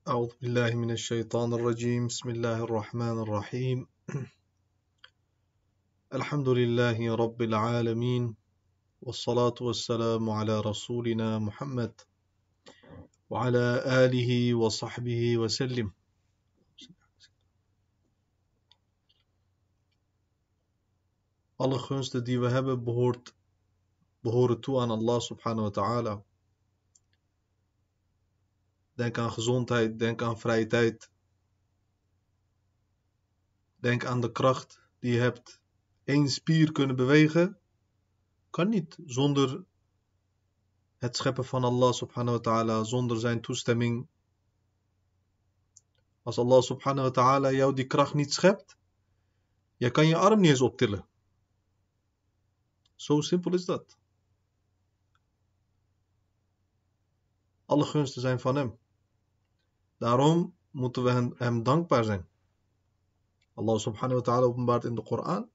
أعوذ بالله من الشيطان الرجيم بسم الله الرحمن الرحيم الحمد لله رب العالمين والصلاة والسلام على رسولنا محمد وعلى آله وصحبه وسلم. Alle gunsten die we hebben behoren toe aan Allah subhanahu wa ta'ala. Denk aan gezondheid, denk aan vrije tijd. Denk aan de kracht die je hebt. Eén spier kunnen bewegen kan niet zonder het scheppen van Allah subhanahu wa ta'ala, zonder zijn toestemming. Als Allah subhanahu wa ta'ala jou die kracht niet schept, je kan je arm niet eens optillen. Zo simpel is dat. Alle gunsten zijn van hem. Daarom moeten we hem dankbaar zijn. Allah subhanahu wa ta'ala openbaart in de Koran: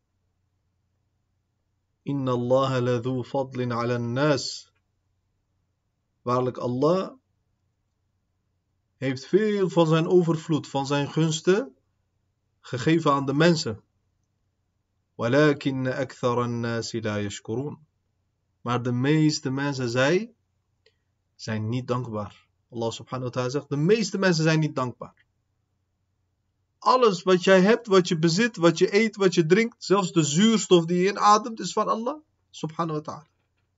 Inna Allah ladhu fadlin ala nas. Waarlijk, Allah heeft veel van zijn overvloed, van zijn gunsten gegeven aan de mensen. Walakin akthara an-nasi la yashkurun. Maar de meeste mensen, zij zijn niet dankbaar. Allah subhanahu wa ta'ala zegt, de meeste mensen zijn niet dankbaar. Alles wat jij hebt, wat je bezit, wat je eet, wat je drinkt, zelfs de zuurstof die je inademt, is van Allah subhanahu wa ta'ala.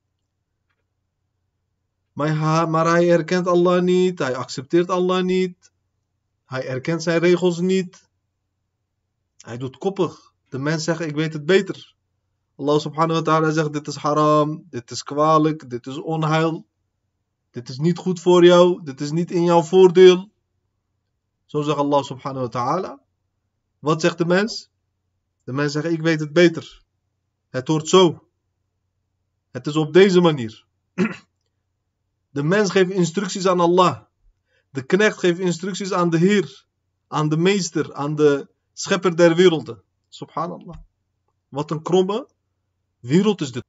Maar hij erkent Allah niet, hij accepteert Allah niet, hij erkent zijn regels niet. Hij doet koppig. De mens zegt, ik weet het beter. Allah subhanahu wa ta'ala zegt, dit is haram, dit is kwalijk, dit is onheil. Dit is niet goed voor jou, dit is niet in jouw voordeel. Zo zegt Allah subhanahu wa ta'ala. Wat zegt de mens? De mens zegt, ik weet het beter. Het hoort zo. Het is op deze manier. De mens geeft instructies aan Allah. De knecht geeft instructies aan de Heer, aan de meester, aan de schepper der werelden. Subhanallah. Wat een kromme wereld is dit.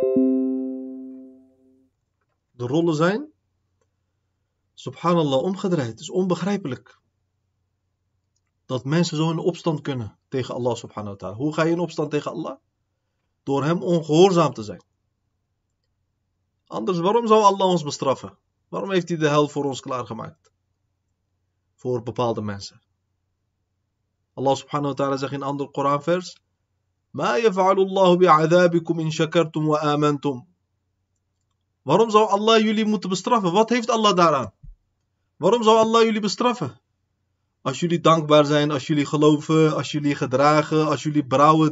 De rollen zijn, subhanallah, omgedraaid. Het is onbegrijpelijk dat mensen zo in opstand kunnen tegen Allah subhanahu wa ta'ala. Hoe ga je in opstand tegen Allah? Door hem ongehoorzaam te zijn. Anders, waarom zou Allah ons bestraffen? Waarom heeft hij de hel voor ons klaargemaakt? Voor bepaalde mensen. Allah subhanahu wa ta'ala zegt in een ander Koranvers: Ma yaf'alu Allahu bi'adhabikum in shakartum wa amantum. Waarom zou Allah jullie moeten bestraffen? Wat heeft Allah daaraan? Waarom zou Allah jullie bestraffen? Als jullie dankbaar zijn, als jullie geloven, als jullie gedragen, als jullie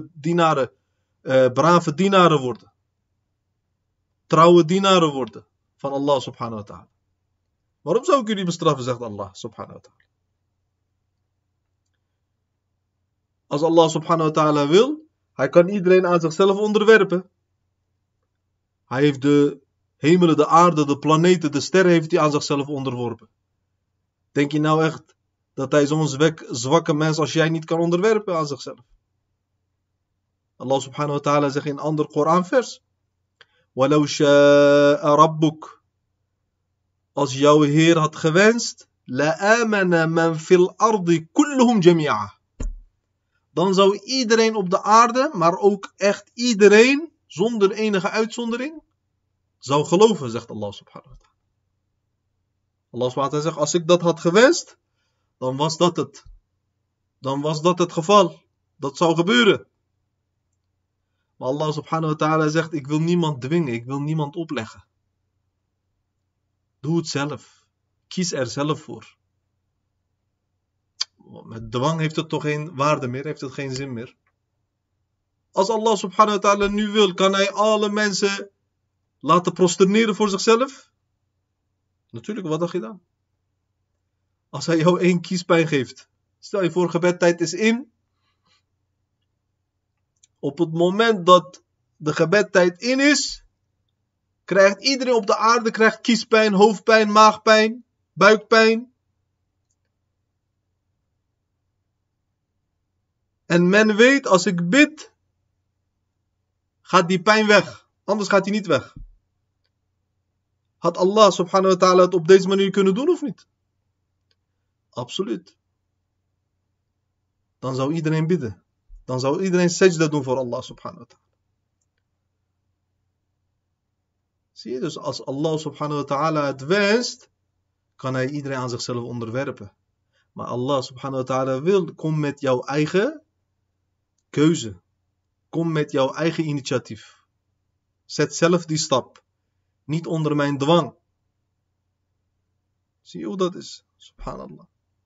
brave dienaren worden. Trouwe dienaren worden van Allah subhanahu wa ta'ala. Waarom zou ik jullie bestraffen, zegt Allah subhanahu wa ta'ala. Als Allah subhanahu wa ta'ala wil, hij kan iedereen aan zichzelf onderwerpen. Hij heeft de hemelen, de aarde, de planeten, de sterren heeft hij aan zichzelf onderworpen. Denk je nou echt dat hij zo'n zwakke mens als jij niet kan onderwerpen aan zichzelf? Allah subhanahu wa ta'ala zegt in een ander Koranvers: Walau sha'a rabbuk. Als jouw Heer had gewenst, la amana man fil ardi kulluhum jami'a. Dan zou iedereen op de aarde, maar ook echt iedereen, zonder enige uitzondering, zou geloven, zegt Allah subhanahu wa ta'ala. Allah subhanahu wa ta'ala zegt, als ik dat had gewenst, dan was dat het. Dan was dat het geval. Dat zou gebeuren. Maar Allah subhanahu wa ta'ala zegt, ik wil niemand dwingen, ik wil niemand opleggen. Doe het zelf. Kies er zelf voor. Met dwang heeft het toch geen waarde meer, heeft het geen zin meer. Als Allah subhanahu wa ta'ala nu wil, kan hij alle mensen laten prosterneren voor zichzelf? Natuurlijk, wat dacht je dan? Als hij jou 1 kiespijn geeft. Stel je voor, gebedtijd is in. Op het moment dat de gebedtijd in is, krijgt iedereen op de aarde kiespijn, hoofdpijn, maagpijn, buikpijn. En men weet, als ik bid, gaat die pijn weg. Anders gaat hij niet weg. Had Allah subhanahu wa ta'ala het op deze manier kunnen doen of niet? Absoluut. Dan zou iedereen bidden. Dan zou iedereen sajda doen voor Allah subhanahu wa ta'ala. Zie je, dus als Allah subhanahu wa ta'ala het wenst, kan hij iedereen aan zichzelf onderwerpen. Maar Allah subhanahu wa ta'ala wil, kom met jouw eigen keuze. Kom met jouw eigen initiatief. Zet zelf die stap. Niet onder mijn dwang. Zie je hoe dat is? Subhanallah.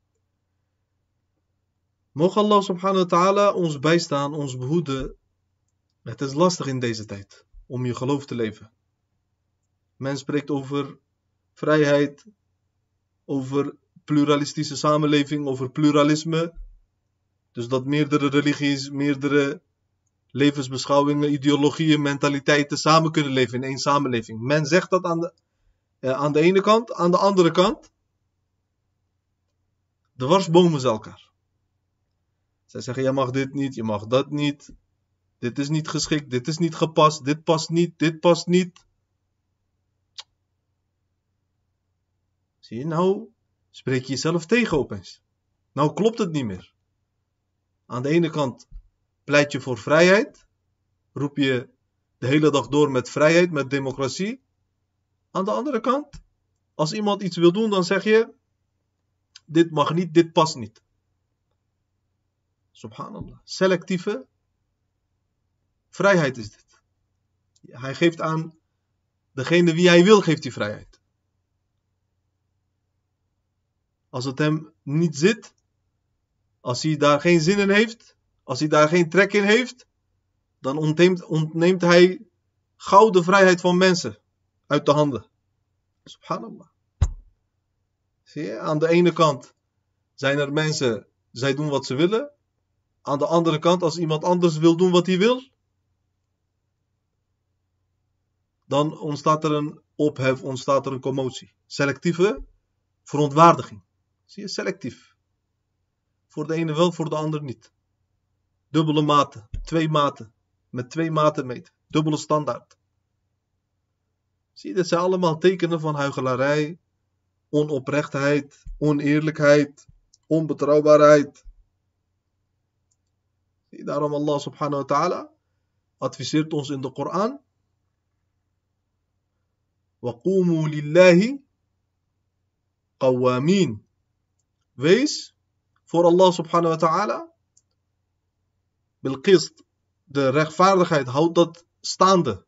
Mogen Allah subhanahu wa ta'ala ons bijstaan, ons behoeden. Het is lastig in deze tijd om je geloof te leven. Men spreekt over vrijheid, over pluralistische samenleving, over pluralisme. Dus dat meerdere religies, meerdere levensbeschouwingen, ideologieën, mentaliteiten samen kunnen leven in één samenleving. Men zegt dat aan de ene kant, aan de andere kant dwarsbomen ze elkaar. Zij zeggen, jij mag dit niet, je mag dat niet. Dit is niet geschikt, dit is niet gepast, dit past niet, dit past niet. Zie je, nou spreek je jezelf tegen opeens. Nou klopt het niet meer. Aan de ene kant pleit je voor vrijheid. Roep je de hele dag door met vrijheid, met democratie. Aan de andere kant, als iemand iets wil doen, dan zeg je, dit mag niet, dit past niet. Subhanallah. Selectieve vrijheid is dit. Hij geeft aan degene wie hij wil, geeft hij vrijheid. Als het hem niet zit, als hij daar geen zin in heeft, als hij daar geen trek in heeft, dan ontneemt hij gauw de vrijheid van mensen uit de handen. Subhanallah. Zie je, aan de ene kant zijn er mensen, zij doen wat ze willen. Aan de andere kant, als iemand anders wil doen wat hij wil, dan ontstaat er een ophef, ontstaat er een commotie. Selectieve verontwaardiging. Zie je, selectief. Voor de ene wel, voor de ander niet. Dubbele maten, 2 maten. Met 2 maten meten. Dubbele standaard. Zie je, dit zijn allemaal tekenen van huichelarij, onoprechtheid, oneerlijkheid, onbetrouwbaarheid. Zie je, daarom Allah subhanahu wa ta'ala adviseert ons in de Koran. وَقُومُوا لِلَّهِ قَوَّامِينَ. Wees voor Allah subhanahu wa ta'ala bilqist. De rechtvaardigheid, houd dat staande.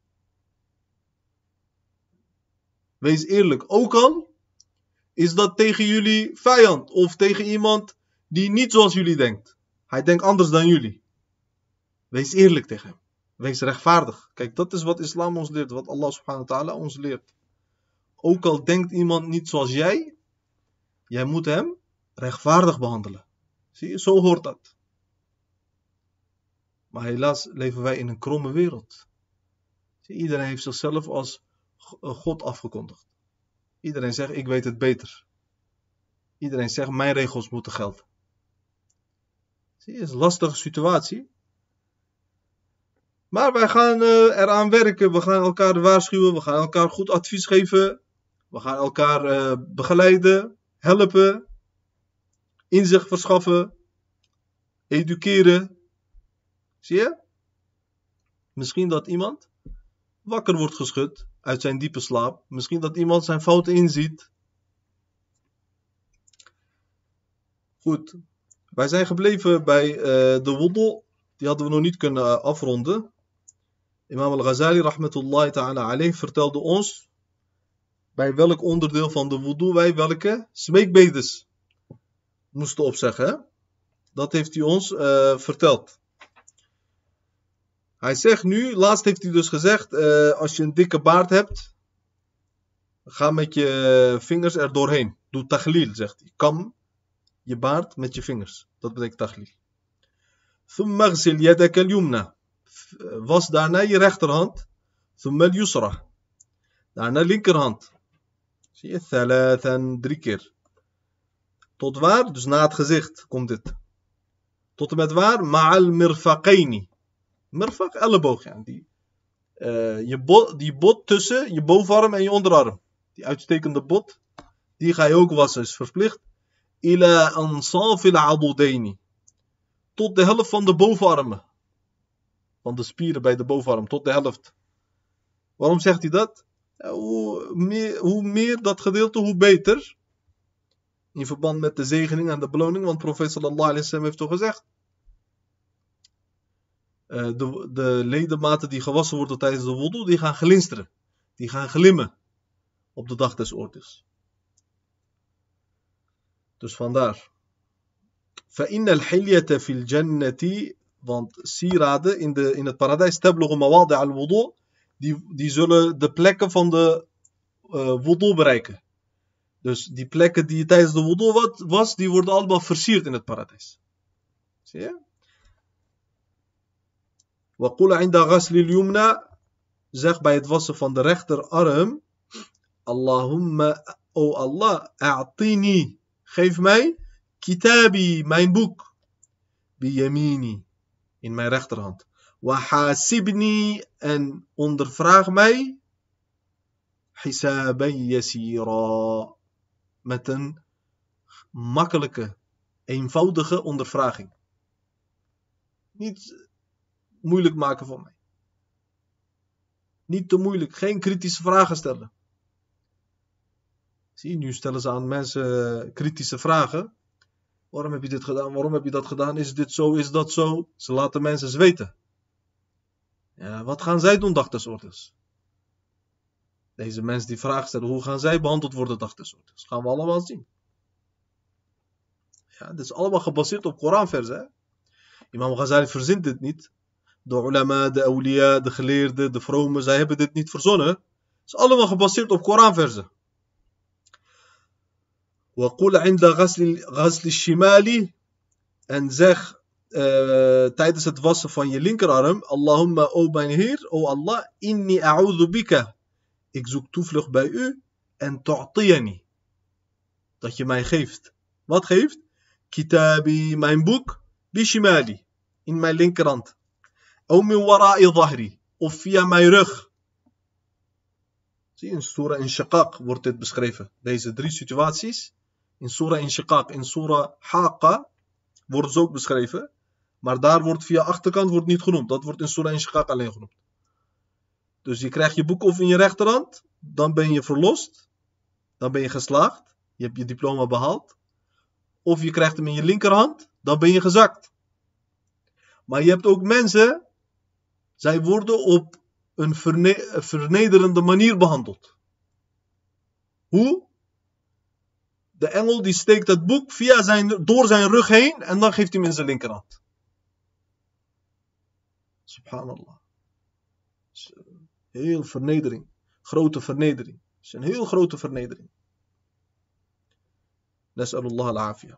Wees eerlijk. Ook al is dat tegen jullie vijand of tegen iemand die niet zoals jullie denkt. Hij denkt anders dan jullie. Wees eerlijk tegen hem. Wees rechtvaardig. Kijk, dat is wat islam ons leert. Wat Allah subhanahu wa ta'ala ons leert. Ook al denkt iemand niet zoals jij moet hem rechtvaardig behandelen. Zie je, zo hoort dat. Maar helaas leven wij in een kromme wereld. Zie, iedereen heeft zichzelf als God afgekondigd. Iedereen zegt, ik weet het beter. Iedereen zegt, mijn regels moeten gelden. Zie je, het is een lastige situatie. Maar wij gaan eraan werken. We gaan elkaar waarschuwen. We gaan elkaar goed advies geven. We gaan elkaar begeleiden. Helpen. Inzicht verschaffen. Educeren. Zie je? Misschien dat iemand wakker wordt geschud uit zijn diepe slaap. Misschien dat iemand zijn fouten inziet. Goed. Wij zijn gebleven bij de wudu. Die hadden we nog niet kunnen afronden. Imam al-Ghazali rahmatullahi ta'ala alayh vertelde ons bij welk onderdeel van de wudu wij welke smeekbedes moesten opzeggen. Hè? Dat heeft hij ons verteld. Hij zegt nu, laatst heeft hij dus gezegd, als je een dikke baard hebt, ga met je vingers er doorheen. Doe taghlil, zegt hij. Kam je baard met je vingers. Dat betekent taghlil. Thumma ghsil yadaka al-yumna. Was daarna je rechterhand. Thumma al-yusra. Daarna linkerhand. Zie je? Thalathan, 3 keer. Tot waar? Dus na het gezicht komt dit. Tot en met waar? Ma'al mirfaqaini. Mirfaq, elleboog. Ja. Die bot tussen je bovenarm en je onderarm. Die uitstekende bot. Die ga je ook wassen, is verplicht. ila ansafil adudaini. Tot de helft van de bovenarmen. Van de spieren bij de bovenarm, tot de helft. Waarom zegt hij dat? Ja, hoe meer dat gedeelte, hoe beter. In verband met de zegening en de beloning. Want profeet sallallahu alaihi wasallam heeft toch gezegd. De ledematen die gewassen worden tijdens de wudu, die gaan glinsteren. Die gaan glimmen. Op de dag des oordeels. Dus vandaar. فَإِنَّ الْحِلْيَةَ فِي الْجَنَّةِ. Want sieraden in het paradijs. تَبْلُغُ مَوَاضِعَ الْوُضُوء. Die zullen de plekken van de wudu bereiken. Dus die plekken die tijdens de wudu was, die worden allemaal versierd in het paradijs. Zie je? وَقُلَ عِنْدَ غَسْلِ الْيُمْنَى. Zeg bij het wassen van de rechterarm. Allahumma, o Allah, a'tini. Geef mij kitabi, mijn boek. Biyamini, in mijn rechterhand. Wahasibni, en ondervraag mij. Hisaban yasira, met een makkelijke, eenvoudige ondervraging. Niet moeilijk maken voor mij. Niet te moeilijk, geen kritische vragen stellen. Zie, nu stellen ze aan mensen kritische vragen. Waarom heb je dit gedaan? Waarom heb je dat gedaan? Is dit zo? Is dat zo? Ze laten mensen zweten. Ja, wat gaan zij doen dag des oordeels? Deze mensen die vragen stellen, hoe gaan zij behandeld worden dag des oordeels? Gaan we allemaal zien. Ja, dit is allemaal gebaseerd op Koranversen. Imam Ghazali verzint dit niet. De ulama, de awliya, de geleerden, de vromen, zij hebben dit niet verzonnen. Het is allemaal gebaseerd op Koranversen. وَقُلْ عِنْدَ غَسْلِ الشِّمَالِ. En zeg tijdens het wassen van je linkerarm. Allahumma, o mijn Heer, o Allah, inni a'udhu bika. Ik zoek toevlucht bij u. En tu'tiyani. Dat je mij geeft. Wat geeft? Kitabi, mijn boek. Bishimali. In mijn linkerhand. O min wara'i dhahri. Of via mijn rug. Zie, in Surah Inshiqaq wordt dit beschreven. Deze 3 situaties. In Surah Inshiqaq, in Surah Haqqa wordt het ook beschreven. Maar daar wordt via achterkant wordt niet genoemd. Dat wordt in Surah Inshiqaq alleen genoemd. Dus je krijgt je boek of in je rechterhand. Dan ben je verlost. Dan ben je geslaagd. Je hebt je diploma behaald. Of je krijgt hem in je linkerhand. Dan ben je gezakt. Maar je hebt ook mensen. Zij worden op een vernederende manier behandeld. Hoe? De engel die steekt het boek door zijn rug heen en dan geeft hij hem in zijn linkerhand. Subhanallah. Heel vernedering. Grote vernedering. Het is een heel grote vernedering. Nas'alullah al-afiyah.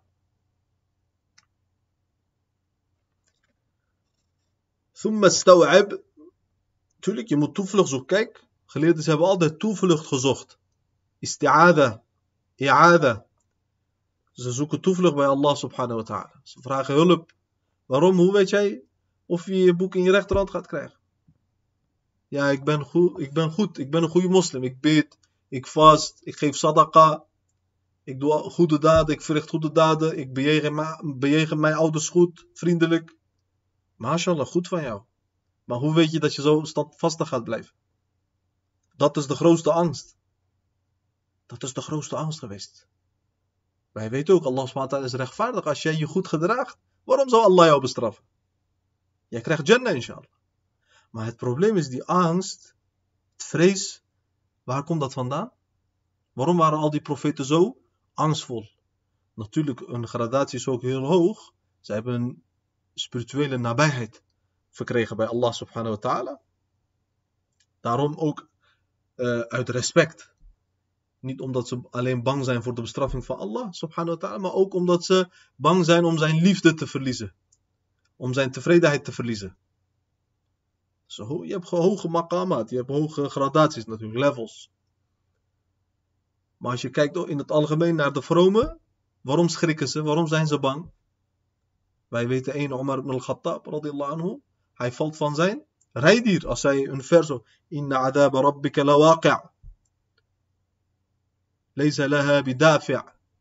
Thumma staw'ab. Tuurlijk, je moet toevlucht zoeken. Kijk, geleerden hebben altijd toevlucht gezocht. Isti'adha. I'adha. Ze zoeken toevlucht bij Allah subhanahu wa ta'ala. Ze vragen hulp. Waarom? Hoe weet jij of je je boek in je rechterhand gaat krijgen? Ja, ik ben goed. Ik ben een goede moslim. Ik bid. Ik vast. Ik geef sadaqa. Ik doe goede daden. Ik verricht goede daden. Ik bejegen mijn ouders goed. Vriendelijk. MashaAllah, goed van jou. Maar hoe weet je dat je zo standvastig gaat blijven? Dat is de grootste angst. Dat is de grootste angst geweest. Wij weten ook, Allah subhanahu wa ta'ala is rechtvaardig. Als jij je goed gedraagt, waarom zou Allah jou bestraffen? Jij krijgt Jannah inshallah. Maar het probleem is die angst, het vrees. Waar komt dat vandaan? Waarom waren al die profeten zo angstvol? Natuurlijk, hun gradatie is ook heel hoog. Ze hebben een spirituele nabijheid verkregen bij Allah subhanahu wa ta'ala. Daarom ook uit respect. Niet omdat ze alleen bang zijn voor de bestraffing van Allah subhanahu wa ta'ala, maar ook omdat ze bang zijn om zijn liefde te verliezen. Om zijn tevredenheid te verliezen. Zo, je hebt hoge maqamat, je hebt hoge gradaties natuurlijk, levels. Maar als je kijkt in het algemeen naar de vromen, waarom schrikken ze, waarom zijn ze bang? Wij weten één Omar ibn al-Khattab radiyallahu anhu, hij valt van zijn rijdier als hij een vers zo, inna adaba rabbika lawaqi'. Laysa laha bidafi'.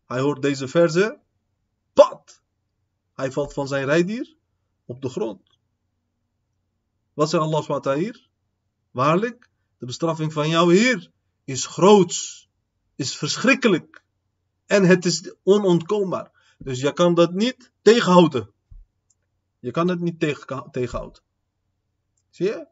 Hij hoort deze verse. Pat! Hij valt van zijn rijdier op de grond. Wat zegt Allah SWT hier? Waarlijk, de bestraffing van jouw Heer is groots, is verschrikkelijk. En het is onontkoombaar. Dus je kan dat niet tegenhouden. Je kan het niet tegenhouden. Zie je?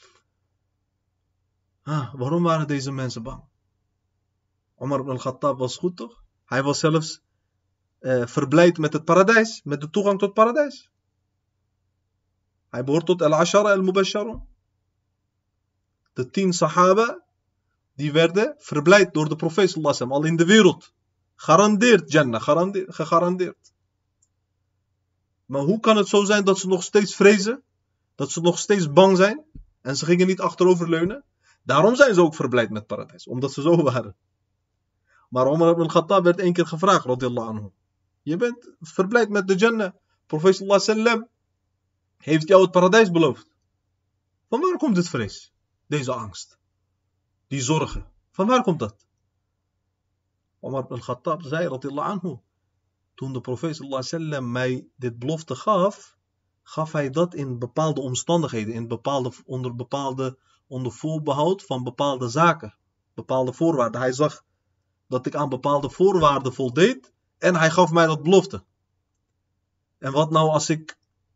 Waarom waren deze mensen bang? Omar ibn al-Khattab was goed toch? Hij was zelfs verblijd met het paradijs. Met de toegang tot het paradijs. Hij behoort tot al-Ashara al-Mubasharun. De 10 sahaba. Die werden verblijd door de profeet sallallahu alaihi wasallam. Al in de wereld. Garandeerd Jannah. Gegarandeerd. Maar hoe kan het zo zijn dat ze nog steeds vrezen? Dat ze nog steeds bang zijn? En ze gingen niet achteroverleunen? Daarom zijn ze ook verblijd met het paradijs. Omdat ze zo waren. Maar Omar ibn al-Khattab werd 1 keer gevraagd, radiyallahu anhu. Je bent verblijd met de Jannah. Profeet sallallahu alaihi wasallam heeft jou het paradijs beloofd. Van waar komt dit vrees? Deze angst. Die zorgen. Van waar komt dat? Omar ibn al-Khattab zei, radiyallahu anhu. Toen de profeet sallallahu alaihi wasallam mij dit belofte gaf hij dat in bepaalde omstandigheden. Onder voorbehoud van bepaalde zaken. Bepaalde voorwaarden. Hij zag dat ik aan bepaalde voorwaarden voldeed. En hij gaf mij dat belofte. En wat nou als ik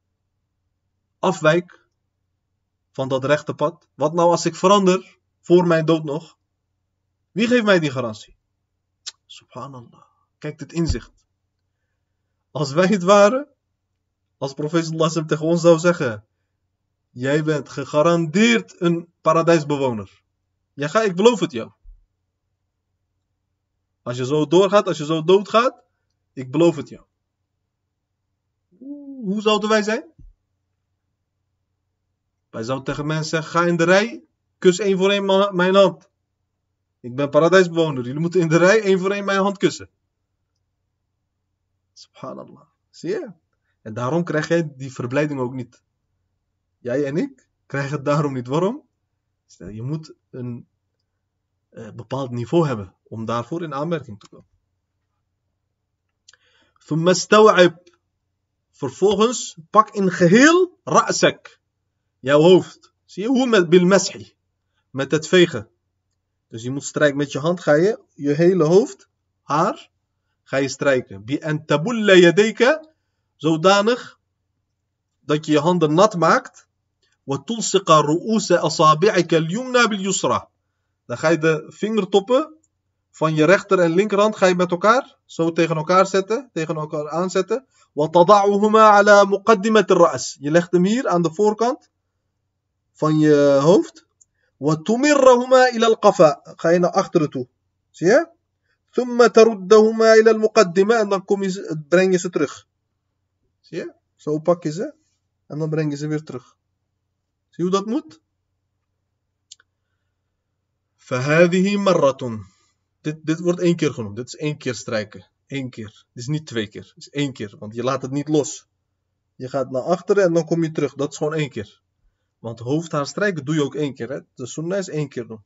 afwijk van dat rechte pad? Wat nou als ik verander voor mijn dood nog? Wie geeft mij die garantie? Subhanallah. Kijk dit inzicht. Als wij het waren, als profeet sallallahu alaihi wasallam tegen ons zou zeggen: jij bent gegarandeerd een paradijsbewoner. Ja, ik beloof het jou. Als je zo doorgaat, als je zo doodgaat, ik beloof het jou. Hoe zouden wij zijn? Wij zouden tegen mensen zeggen: ga in de rij, kus 1 voor 1 mijn hand. Ik ben paradijsbewoner, jullie moeten in de rij 1 voor 1 mijn hand kussen. Subhanallah. Zie je? En daarom krijg jij die verblijding ook niet. Jij en ik krijgen het daarom niet. Waarom? Je moet een bepaald niveau hebben om daarvoor in aanmerking te komen. ثم استوعب. Vervolgens pak in geheel ra'sak. Jouw hoofd. Zie je hoe met bilmashi. Met het vegen. Dus je moet strijken met je hand. Ga je hele hoofd, haar, ga je strijken. Bi an tabulla yadayka. Zodanig dat je je handen nat maakt. Wa tulsiqa ru'usa asabi'ika al-yumna bil-yusra. Dan ga je de vingertoppen van je rechter en linkerhand ga je met elkaar zo tegen elkaar zetten, tegen elkaar aanzetten. Wa tada'uhuma ala muqaddimat ar-ra's. Je legt hem hier aan de voorkant van je hoofd. Wa tumirrahuma ila al-qafa. Ga je naar achteren toe. Zie je? Thumma taruddahuma ila al-muqaddima. En dan breng je ze terug. Zie je? Zo pak je ze en dan breng je ze weer terug. Zie je hoe dat moet? فهذه مرة. Dit wordt 1 keer genoemd. Dit is 1 keer strijken. 1 keer. Dit is niet 2 keer. Dit is 1 keer. Want je laat het niet los. Je gaat naar achteren en dan kom je terug. Dat is gewoon 1 keer. Want hoofdhaar strijken doe je ook 1 keer. Hè? De sunnah is 1 keer doen.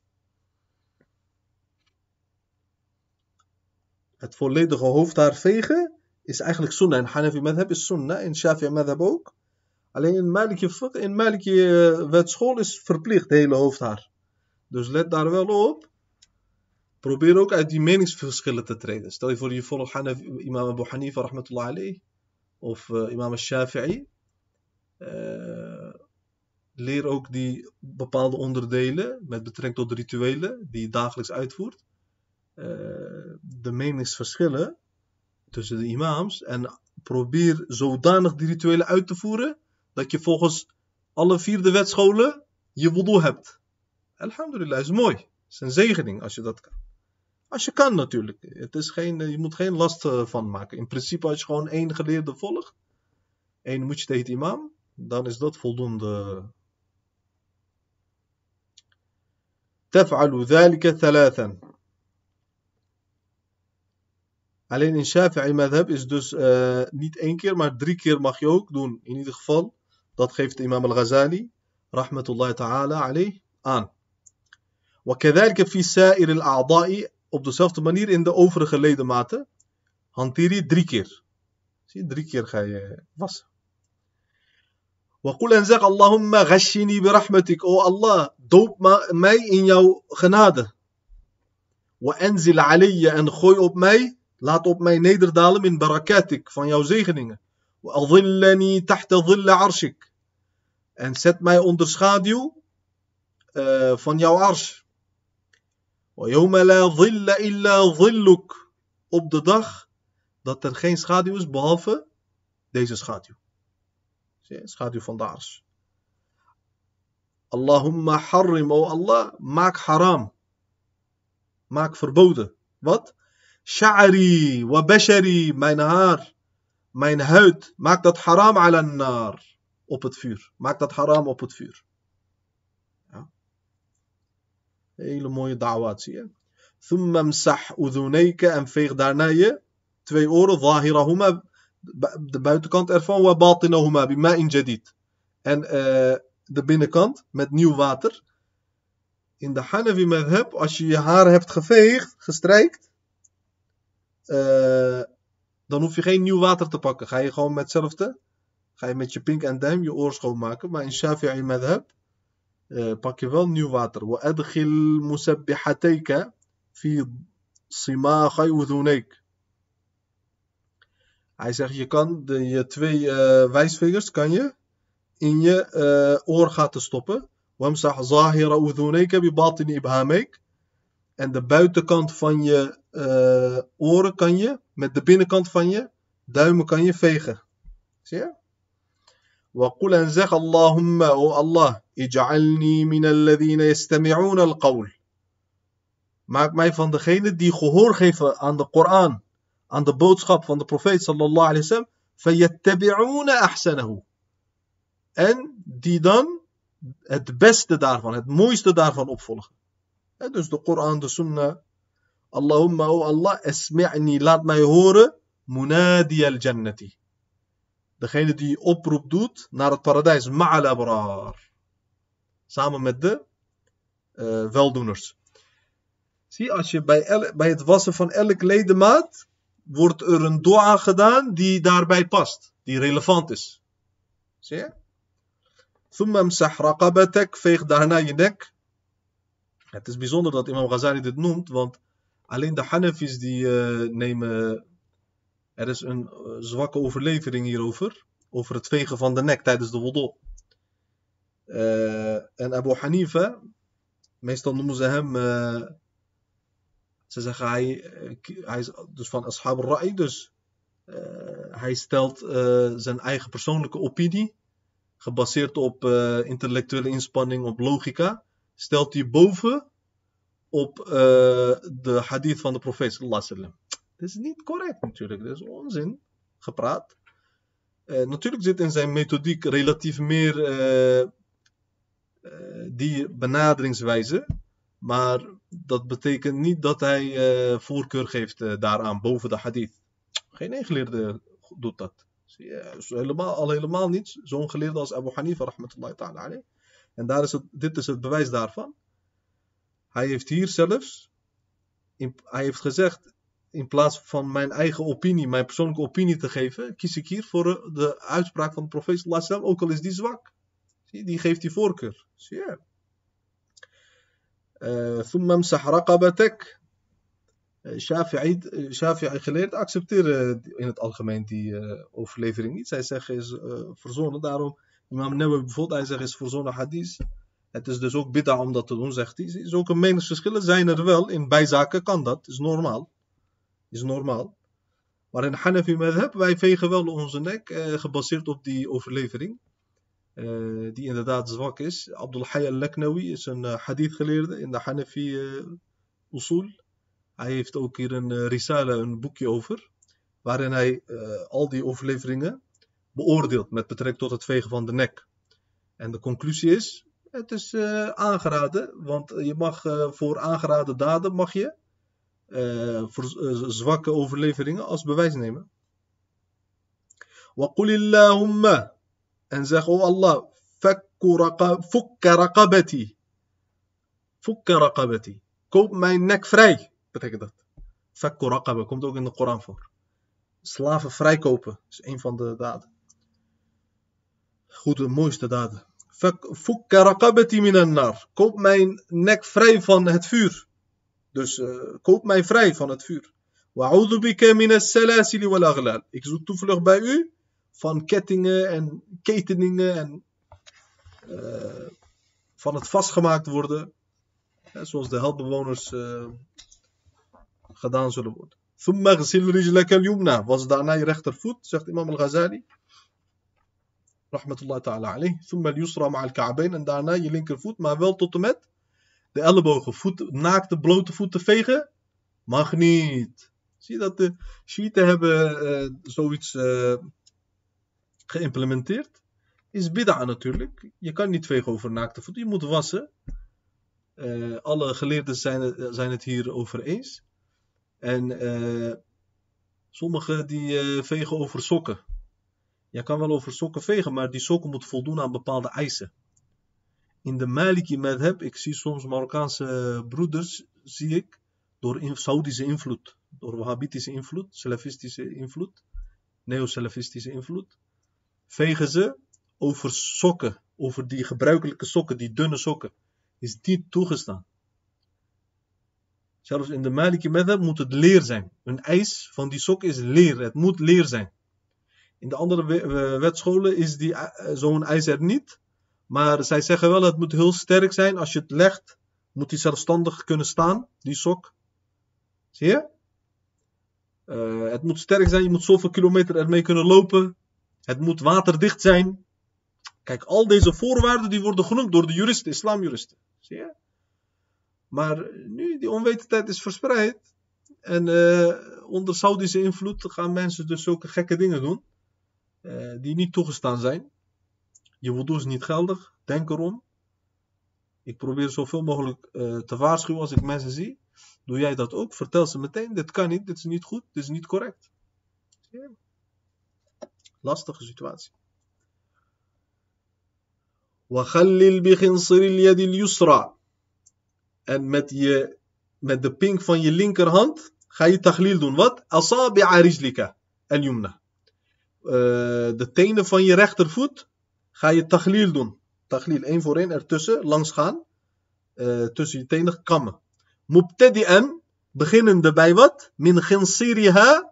Het volledige hoofdhaar vegen is eigenlijk sunnah. In Hanafi madhab is sunnah. In Shafi'i madhab ook. Alleen in Maliki wetschool is verplicht, de hele hoofdhaar. Dus let daar wel op. Probeer ook uit die meningsverschillen te treden. Stel je voor je volgt imam Abu Hanifa rahmatullah alayhi. Of imam Shafi'i. Leer ook die bepaalde onderdelen met betrekking tot de rituelen die je dagelijks uitvoert. De meningsverschillen tussen de imams. En probeer zodanig die rituelen uit te voeren dat je volgens alle 4 de wetscholen je wudu hebt. Alhamdulillah, is mooi. Het is een zegening als je dat kan. Als je kan natuurlijk. Je moet geen last van maken. In principe als je gewoon 1 geleerde volgt. 1 moet je tegen de imam. Dan is dat voldoende. Taf'alu dhalika 3. Alleen in Shafi'i madhab is dus niet 1 keer, maar 3 keer mag je ook doen. In ieder geval. Dat geeft imam al-Ghazali. Rahmatullahi ta'ala alayhi aan. وكذلك في سائر الأعضاء. Op dezelfde manier in de overige ledematen. hanteer je 3 keer. Zie je, 3 keer ga je wassen. Waqul en zeg, Allahumma ghashini bi rahmatik. O Allah, doop mij in jouw genade. Wa anzil alayya, en gooi op mij, laat op mij nederdalen min barakatik, van jouw zegeningen. Wa adhillani tahta dhilla arshik. En zet mij onder schaduw van jouw arsh. Wa yawma la dhilla illa dhilluk. Op de dag dat er geen schaduw is behalve deze schaduw. Schaduw van de arsh. Allahumma harrim, o Allah, maak haram. Maak verboden. Wat? Sha'ri wa bashari, mijn haar, mijn huid. Maak dat haram ala nar, op het vuur. Maak dat haram op het vuur. Ja. Hele mooie da'wat, zie je. Thumma msah udhunayka, en veeg daarna je 2 oren, zahirahuma, de buitenkant ervan, wa batinahuma bima'in jadid. En de binnenkant met nieuw water. In de Hanafi madhab, als je je haar hebt geveegd, gestrijkt, dan hoef je geen nieuw water te pakken. Ga je gewoon met hetzelfde, ga je met je pink en duim je oor schoonmaken. Maar in Shafi'i madhab pak je wel nieuw water. Wa adkhil musabbihatayka fi simaghi udhunayk. Hij zegt, je kan je 2 wijsvingers kan je in je oorgaten stoppen. Wamsah zahira udhunayka bi batini ibhamayk. En de buitenkant van je oren kan je met de binnenkant van je duimen kan je vegen. Zie je? Wa qul, en zeg, Allahumma, o Allah, ij'alni min alladhina yastami'una al-qawl. Maak mij van degene die gehoor geven aan de Koran, aan de boodschap van de profeet sallallahu alayhi wa sallam, fayattabi'una ahsanahu. En die dan het beste daarvan, het mooiste daarvan opvolgen. Dus de Koran, de Sunnah. Allahumma, o Allah, esmi'ni, laat mij horen, munadi al-jannati. Degene die oproep doet naar het paradijs, ma'al abrar. Samen met de weldoeners. Zie, als je bij het wassen van elk ledemaat, wordt er een dua gedaan die daarbij past. Die relevant is. Zie je? Thumma msah raqabatak, veeg daarna je nek. Het is bijzonder dat Imam Ghazali dit noemt, want alleen de Hanafis die nemen... Er is een zwakke overlevering hierover. Over het vegen van de nek tijdens de wudu. En Abu Hanifa, meestal noemen ze hem... ze zeggen hij is dus van Ashab al-Ra'i. Dus hij stelt zijn eigen persoonlijke opinie. Gebaseerd op intellectuele inspanning, op logica. Stelt hij boven op de hadith van de profeet sallallahu alaihi wasallam. Dat is niet correct natuurlijk, dat is onzin gepraat. Natuurlijk zit in zijn methodiek relatief meer die benaderingswijze. Maar dat betekent niet dat hij voorkeur geeft daaraan boven de hadith. Geen één geleerde doet dat. Helemaal niet. Zo'n geleerde als Abu Hanifa rahmatullahi ta'ala alayh. En dit is het bewijs daarvan. Hij heeft hier zelfs, hij heeft gezegd, in plaats van mijn eigen opinie, mijn persoonlijke opinie te geven, kies ik hier voor de uitspraak van de profeet sallallahu alaihi wasallam, ook al is die zwak. Zie, die geeft die voorkeur. Zie je? Thumma msah raqabatak. Shafi'i geleerd accepteren in het algemeen die overlevering niet. Zij zeggen is verzonnen. Daarom, Imam Nawawi bijvoorbeeld, hij zegt is verzonnen hadith. Het is dus ook bid'a om dat te doen, zegt hij. Zulke meningsverschillen zijn er wel. In bijzaken kan dat, is normaal. Is normaal. Maar in Hanafi madhab, wij vegen wel onze nek, gebaseerd op die overlevering. Die inderdaad zwak is. Abdul Hayy al-Laknawi is een hadith geleerde in de Hanafi usul. Hij heeft ook hier een risale, een boekje over. Waarin hij al die overleveringen beoordeelt met betrekking tot het vegen van de nek. En de conclusie is, het is aangeraden. Want je mag voor aangeraden daden mag je zwakke overleveringen als bewijs nemen. Wa qulillahumma, en zeg, o Allah, fukka raqabati. Fukka raqabati. Koop mijn nek vrij, betekent dat. Fakku raqaba, komt ook in de Koran voor. slaven vrijkopen is een van de daden. Goed, de mooiste daden. Fukka raqabati minan nar. Koop mijn nek vrij van het vuur. Dus koop mij vrij van het vuur. Wa'udhu bika min as-salasili wal aghlal. Ik zoek toevlucht bij u van kettingen en keteningen en van het vastgemaakt worden. Zoals de helbewoners gedaan zullen worden. Thumma ghsil rijlaka al-yumna. Was daarna je rechtervoet, zegt imam al-Ghazali. Rahmatullah ta'ala alayh. Thumma al-yusra ma'a al-ka'bayn. En daarna je linkervoet, maar wel tot en met de ellebogen. Naakte, blote voeten vegen? Mag niet. Zie je dat de Shiiten hebben zoiets geïmplementeerd? Is bid'a natuurlijk. Je kan niet vegen over naakte voeten. Je moet wassen. Alle geleerden zijn het hier over eens. En sommigen die vegen over sokken. Je kan wel over sokken vegen, maar die sokken moeten voldoen aan bepaalde eisen. In de Maliki madhab, ik zie soms Marokkaanse broeders, zie ik, door Saoedische invloed, door Wahhabitische invloed, Salafistische invloed, Neo-Salafistische invloed, vegen ze over sokken, over die gebruikelijke sokken, die dunne sokken. Is niet toegestaan. Zelfs in de Maliki madhab moet het leer zijn. Een eis van die sok is leer. Het moet leer zijn. In de andere wetscholen is zo'n eis er niet. Maar zij zeggen wel, het moet heel sterk zijn. Als je het legt, moet die zelfstandig kunnen staan, die sok. Zie je? Het moet sterk zijn, je moet zoveel kilometer ermee kunnen lopen. Het moet waterdicht zijn. Kijk, al deze voorwaarden die worden genoemd door de juristen, islamjuristen. Zie je? Maar nu die onwetendheid is verspreid. En onder Saudische invloed gaan mensen dus zulke gekke dingen doen. Die niet toegestaan zijn. Je wudu is niet geldig. Denk erom. Ik probeer zoveel mogelijk te waarschuwen als ik mensen zie. Doe jij dat ook? Vertel ze meteen. Dit kan niet. Dit is niet goed. Dit is niet correct. Ja. Lastige situatie. وَخَلِّلْ بِخِنْصِرِ الْيَدِ الْيُسْرَى. En met de pink van je linkerhand ga je taglil doen. Wat? Asabi'a rijlika al-yumna. De tenen van je rechtervoet ga je taglil doen. Taglil, één voor één ertussen, langs gaan. Tussen je tenen kammen. Mubtadi'an, beginnende bij wat? Min khinsiriha.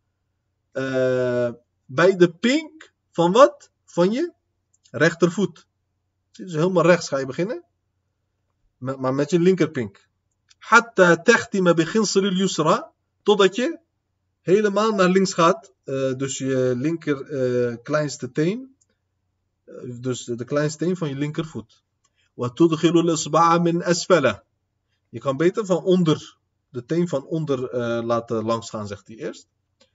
Bij de pink van wat? Van je rechtervoet. Dus helemaal rechts ga je beginnen. Maar met je linkerpink. Hatta tahtima bi khinsiri al-yusra. Totdat je helemaal naar links gaat. Dus je linker kleinste teen. Dus de kleinste teen van je linkervoet. Wa tudkhilu al-isba'a min asfala. Je kan beter van onder. De teen van onder laten langs gaan, zegt hij eerst.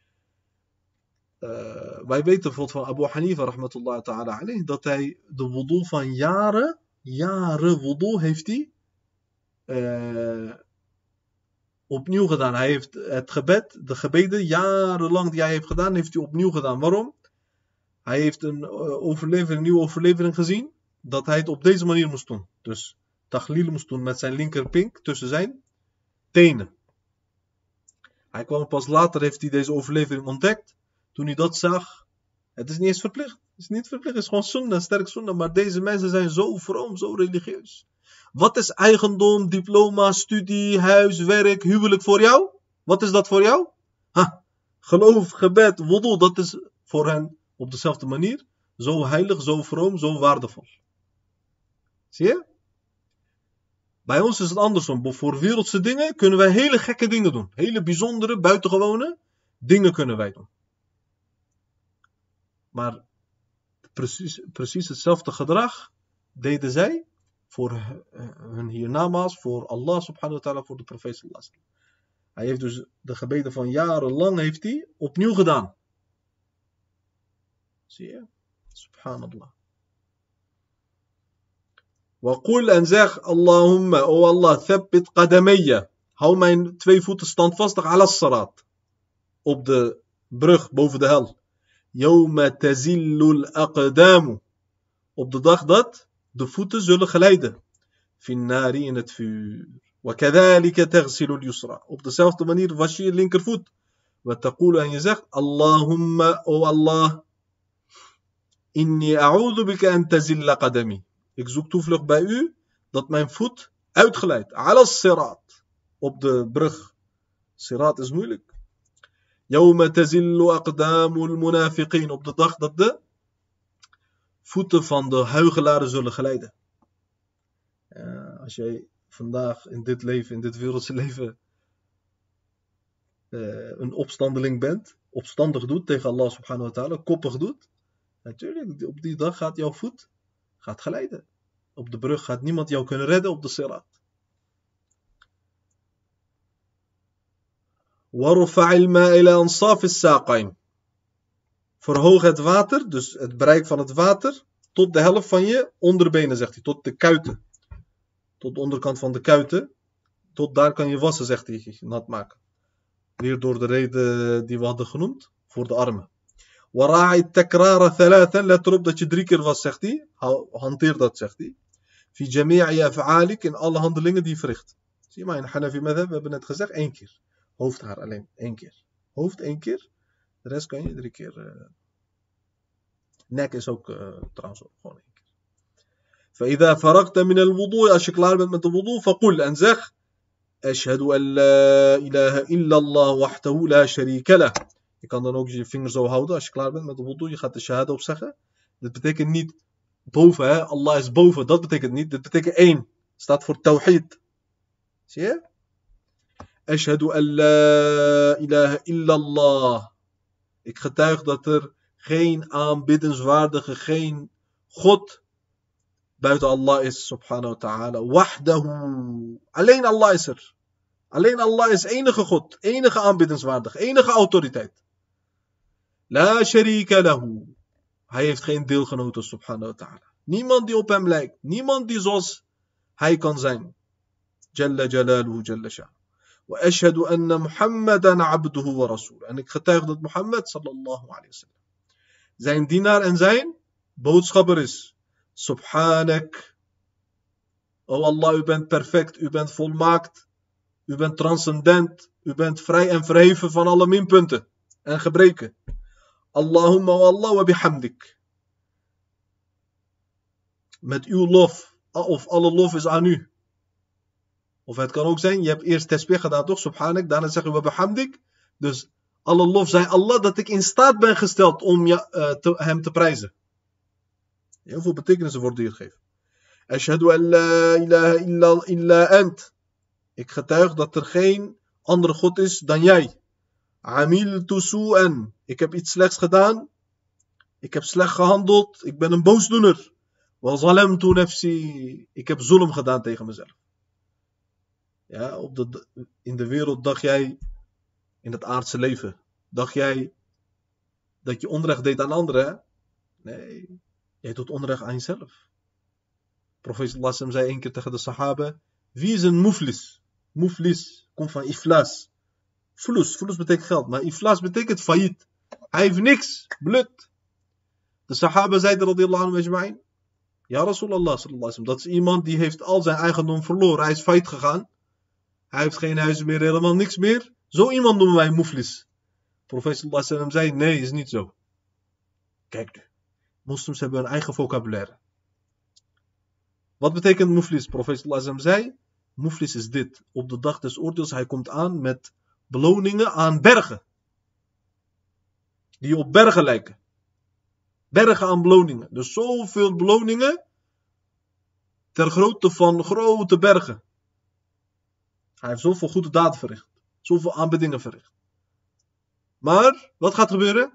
Wij weten bijvoorbeeld van Abu Hanifa rahmatullah ta'ala alayh, dat hij de wudu van jaren wudu heeft hij opnieuw gedaan. Hij heeft het gebed, de gebeden jarenlang die hij heeft gedaan, heeft hij opnieuw gedaan. Waarom? Hij heeft een nieuwe overlevering gezien dat hij het op deze manier moest doen. Dus taglil moest doen met zijn linkerpink tussen zijn tenen. Hij kwam pas later, heeft hij deze overlevering ontdekt. Toen hij dat zag, het is niet eens verplicht. Het is niet verplicht, het is gewoon sunnah, sterk sunnah. Maar deze mensen zijn zo vroom, zo religieus. Wat is eigendom, diploma, studie, huis, werk, huwelijk voor jou? Wat is dat voor jou? Geloof, gebed, wudu, dat is voor hen op dezelfde manier. Zo heilig, zo vroom, zo waardevol. Zie je? Bij ons is het andersom. Voor wereldse dingen kunnen wij hele gekke dingen doen. Hele bijzondere, buitengewone dingen kunnen wij doen. Maar precies hetzelfde gedrag deden zij voor hun hiernamaals, voor Allah subhanahu wa ta'ala, voor de profeet sallallahu alaihi wasallam. Hij heeft dus de gebeden van jarenlang heeft hij opnieuw gedaan. Zie je? Subhanallah. Waqul en zeg, Allahumma, o Allah, thabbit qadamayya. Hou mijn twee voeten standvastig ala sarat. Op de brug boven de hel. Yawma tazillul aqdamu. Op de dag dat de voeten zullen glijden. Finnari in het vuur. Wa kadhalika taghsilul yusra. Op dezelfde manier was je linkervoet. Wa taqulu, en je zegt, Allahumma, o Allah, inni a'udhu bika an tazilla qadami. Ik zoek toevlucht bij u dat mijn voet uitglijdt. Ala sirat. Op de brug. Sirat is moeilijk. Yawma tazillu aqdamul munafiqin. Op de dag dat de voeten van de huichelaren zullen glijden. Als jij vandaag in dit leven, in dit wereldse leven, een opstandeling bent, opstandig doet tegen Allah subhanahu wa ta'ala, koppig doet, natuurlijk, op die dag gaat jouw voet glijden. Op de brug gaat niemand jou kunnen redden op de sirat. وَرُفَعِ الْمَاءَ إِلَى أَنْصَافِ السَّاقَيْنِ. Verhoog het water, dus het bereik van het water, tot de helft van je onderbenen, zegt hij, tot de kuiten. Tot de onderkant van de kuiten. Tot daar kan je wassen, zegt hij, nat maken. Weer door de reden die we hadden genoemd, voor de armen. وَرَاعِ التَّكْرَارَ ثَلَاثًا. Let erop dat je 3 keer was, zegt hij. Hanteer dat, zegt hij. فِي جَمِيعِ أَفْعَالِكَ. In alle handelingen die je verricht. Zie maar, in Hanafi madhab, we hebben net gezegd, 1 keer. Hoofdhaar alleen, 1 keer. Hoofd 1 keer. De rest kan je 3 keer. Nek is ook trouwens ook gewoon 1 keer. فَإِذَا فَرَغْتَ مِنَ الْوُضُوءِ. Als je klaar bent met de wudu, فَقُلْ. En zeg, أَشْهَدُ أَن لَا إِلَهَ إِلَّا اللَّهُ وَحْدَهُ لَا شَرِيكَ لَهُ. Je kan dan ook je vinger zo houden als je klaar bent met de wudu. Je gaat de shahada opzeggen. Dit betekent niet boven, hè? Allah is boven. Dat betekent niet. Dit betekent 1. Staat voor tawhid. Zie je? Ashhadu an la ilaha illallah. Ik getuig dat er geen aanbiddenswaardige, geen God buiten Allah is, subhanahu wa ta'ala. Wahdahu. Alleen Allah is er. Alleen Allah is enige God, enige aanbiddenswaardige, enige autoriteit. La sharika lahu. Hij heeft geen deelgenoten, subhanahu wa ta'ala. Niemand die op hem lijkt. Niemand die zoals hij kan zijn. Jalla jalaluhu jalla sha'nuhu. وأشهد أن محمدا عبده ورسوله. En ik getuig dat Mohammed sallallahu alayhi wa sallam zijn dienaar en zijn boodschapper is. Subhanak. O Allah, u bent perfect, u bent volmaakt, u bent transcendent, u bent vrij en verheven van alle minpunten en gebreken. Allahumma wa Allah wa bihamdik. Met uw lof, of alle lof is aan u. Of het kan ook zijn, je hebt eerst tasbih gedaan toch, subhanak, daarna zeggen we bihamdik. Dus alle lof zij Allah dat ik in staat ben gesteld om hem te prijzen. Heel veel betekenissen worden hier gegeven. Ashhadu an la ilaha illa ant. Ik getuig dat er geen andere God is dan jij. Amiltu su'an. Ik heb iets slechts gedaan. Ik heb slecht gehandeld. Ik ben een boosdoener. Wa zalamtu nafsi. Ik heb zulm gedaan tegen mezelf. Ja, in de wereld dacht jij, in het aardse leven, dacht jij dat je onrecht deed aan anderen? Nee, jij doet onrecht aan jezelf. Profeet sallallahu alaihi wasallam zei 1 keer tegen de sahaba, wie is een muflis? Muflis komt van iflas. Fulus betekent geld, maar iflas betekent failliet. Hij heeft niks, blut. De sahaba zeiden radiyallahu anhu ajma'in, ja Rasulallah sallallahu alaihi wasallam, dat is iemand die heeft al zijn eigendom verloren, hij is failliet gegaan. Hij heeft geen huizen meer, helemaal niks meer. Zo iemand noemen wij muflis. Profeet sallallahu alaihi wasallam zei, nee, is niet zo. Kijk nu. Moslims hebben een eigen vocabulaire. Wat betekent muflis? Profeet sallallahu alaihi wasallam zei, muflis is dit. Op de dag des oordeels, hij komt aan met beloningen aan bergen. Die op bergen lijken. Bergen aan beloningen. Dus zoveel beloningen ter grootte van grote bergen. Hij heeft zoveel goede daden verricht. Zoveel aanbiddingen verricht. Maar, wat gaat gebeuren?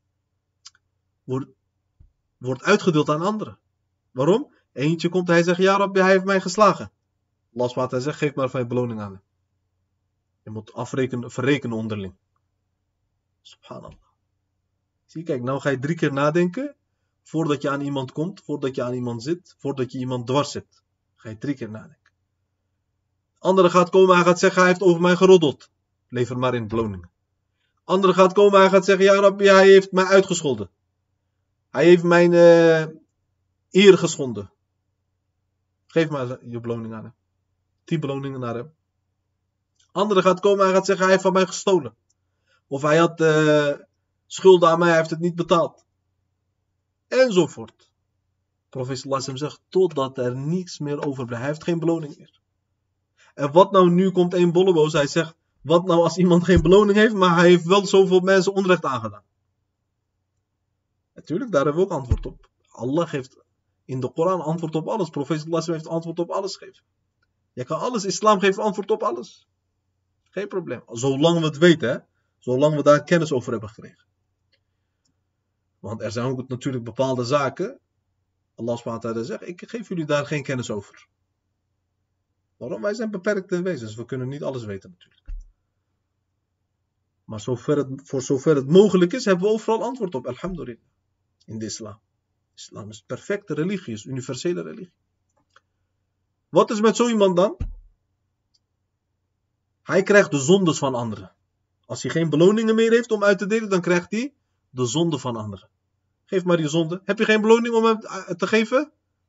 Wordt uitgedeeld aan anderen. Waarom? Eentje komt en hij zegt, ja Rabbi, hij heeft mij geslagen. Allah SWT zegt, geef maar van je beloning aan hem. Je moet verrekenen onderling. Subhanallah. Zie, kijk, nou ga je 3 keer nadenken. Voordat je aan iemand komt, voordat je aan iemand zit, voordat je iemand dwars zit. Ga je 3 keer nadenken. Andere gaat komen, hij gaat zeggen, hij heeft over mij geroddeld. Lever maar in beloningen. Andere gaat komen, hij gaat zeggen, ja Rabbi, hij heeft mij uitgescholden. Hij heeft mijn eer geschonden. Geef maar je beloning aan hem. 10 beloningen naar hem. Andere gaat komen, hij gaat zeggen, hij heeft van mij gestolen. Of hij had schulden aan mij, hij heeft het niet betaald. Enzovoort. Profeet sallallahu alaihi wasallam zegt, totdat er niets meer overblijft. Hij heeft geen beloning meer. En wat nou, nu komt een bolleboos, hij zegt, wat nou als iemand geen beloning heeft, maar hij heeft wel zoveel mensen onrecht aangedaan. Natuurlijk, daar hebben we ook antwoord op. Allah geeft in de Koran antwoord op alles. Profeet sallallahu alaihi wasallam heeft antwoord op alles gegeven. Je kan alles, islam geeft antwoord op alles. Geen probleem. Zolang we het weten, hè? Zolang we daar kennis over hebben gekregen. Want er zijn ook natuurlijk bepaalde zaken. Allah subhanahu wa ta'ala zegt, ik geef jullie daar geen kennis over. Waarom? Wij zijn beperkte wezens. We kunnen niet alles weten natuurlijk. Maar voor zover het mogelijk is, hebben we overal antwoord op. Alhamdulillah. In de islam. Islam is perfecte religie, is universele religie. Wat is met zo iemand dan? Hij krijgt de zondes van anderen. Als hij geen beloningen meer heeft om uit te delen, dan krijgt hij de zonde van anderen. Geef maar die zonde. Heb je geen beloning om hem te geven?